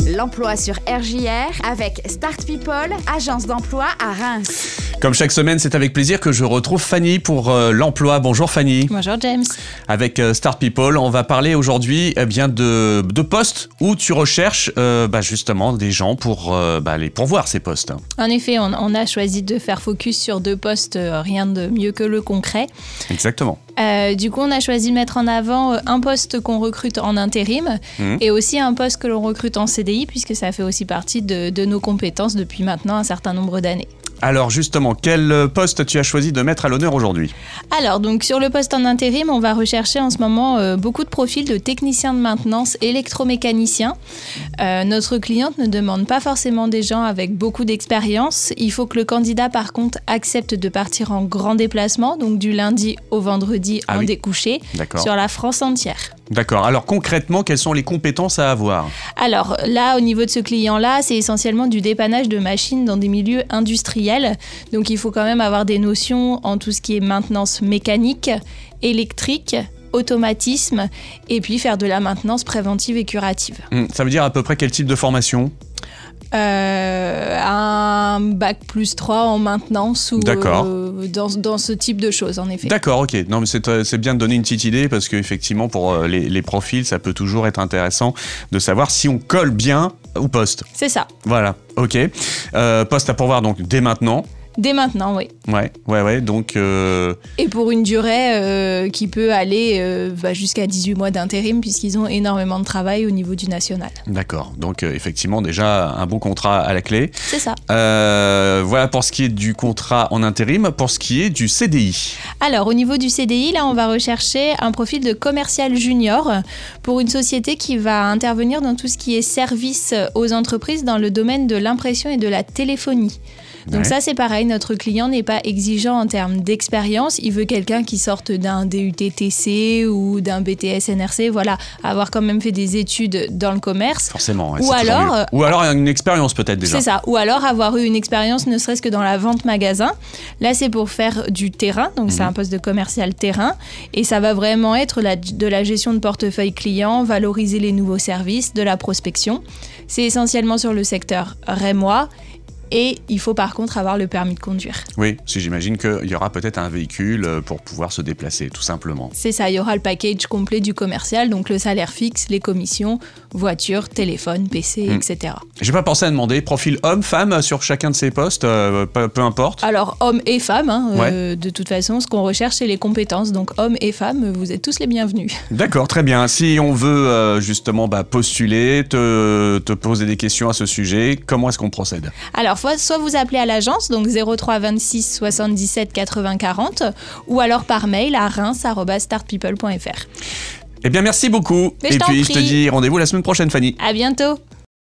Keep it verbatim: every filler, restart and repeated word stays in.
L'emploi sur R J R avec Start People, agence d'emploi à Reims. Comme chaque semaine, c'est avec plaisir que je retrouve Fanny pour euh, l'emploi. Bonjour Fanny. Bonjour James. Avec euh, Start People, on va parler aujourd'hui eh bien de, de postes où tu recherches euh, bah, justement des gens pour euh, bah, les pourvoir ces postes. En effet, on, on a choisi de faire focus sur deux postes, euh, rien de mieux que le concret. Exactement. Euh, du coup, on a choisi de mettre en avant euh, un poste qu'on recrute en intérim mmh. et aussi un poste que l'on recrute en C D I, puisque ça fait aussi partie de, de nos compétences depuis maintenant un certain nombre d'années. Alors justement, quel poste tu as choisi de mettre à l'honneur aujourd'hui ? Alors, donc sur le poste en intérim, on va rechercher en ce moment euh, beaucoup de profils de techniciens de maintenance, électromécaniciens. Euh, notre cliente ne demande pas forcément des gens avec beaucoup d'expérience. Il faut que le candidat, par contre, accepte de partir en grand déplacement, donc du lundi au vendredi ah en oui. découché, sur la France entière. D'accord. Alors concrètement, quelles sont les compétences à avoir ? Alors là, au niveau de ce client-là, c'est essentiellement du dépannage de machines dans des milieux industriels. Donc il faut quand même avoir des notions en tout ce qui est maintenance mécanique, électrique, automatisme, et puis faire de la maintenance préventive et curative. Mmh, ça veut dire à peu près quel type de formation ? Euh, un bac plus trois en maintenance ou euh, dans, dans ce type de choses, en effet. D'accord, ok. Non, mais c'est, c'est bien de donner une petite idée parce qu'effectivement, pour les, les profils, ça peut toujours être intéressant de savoir si on colle bien au poste. C'est ça. Voilà, ok. Euh, poste à pourvoir donc dès maintenant. Dès maintenant, oui. Ouais, ouais, ouais. Donc. Euh... Et pour une durée euh, qui peut aller euh, bah, jusqu'à dix-huit mois d'intérim, puisqu'ils ont énormément de travail au niveau du national. D'accord. Donc, euh, effectivement, déjà un bon contrat à la clé. C'est ça. Euh, voilà pour ce qui est du contrat en intérim. Pour ce qui est du C D I. Alors, au niveau du C D I, là, on va rechercher un profil de commercial junior pour une société qui va intervenir dans tout ce qui est service aux entreprises dans le domaine de l'impression et de la téléphonie. Donc ouais. ça, c'est pareil, notre client n'est pas exigeant en termes d'expérience. Il veut quelqu'un qui sorte d'un D U T T C ou d'un B T S N R C, voilà, avoir quand même fait des études dans le commerce. Forcément, ouais, ou c'est alors, mieux. Ou alors une expérience peut-être déjà. C'est ça, ou alors avoir eu une expérience ne serait-ce que dans la vente magasin. Là, c'est pour faire du terrain, donc mmh. c'est un poste de commercial terrain. Et ça va vraiment être la, de la gestion de portefeuille client, valoriser les nouveaux services, de la prospection. C'est essentiellement sur le secteur rémois. Et il faut par contre avoir le permis de conduire. Oui, si j'imagine qu'il y aura peut-être un véhicule pour pouvoir se déplacer, tout simplement. C'est ça, il y aura le package complet du commercial, donc le salaire fixe, les commissions, voiture, téléphone, P C, mmh. et cetera. J'ai pas pensé à demander profil homme, femme sur chacun de ces postes, euh, peu, peu importe. Alors, homme et femme, hein, ouais. euh, de toute façon, ce qu'on recherche, c'est les compétences. Donc, hommes et femmes, vous êtes tous les bienvenus. D'accord, très bien. Si on veut euh, justement bah, postuler, te, te poser des questions à ce sujet, comment est-ce qu'on procède ? Alors, soit vous appelez à l'agence, donc zéro trois vingt-six soixante-dix-sept quatre-vingts quarante, ou alors par mail à reims arobase start people point f r. Eh bien, merci beaucoup. Mais Et je puis, prie. je te dis rendez-vous la semaine prochaine, Fanny. À bientôt.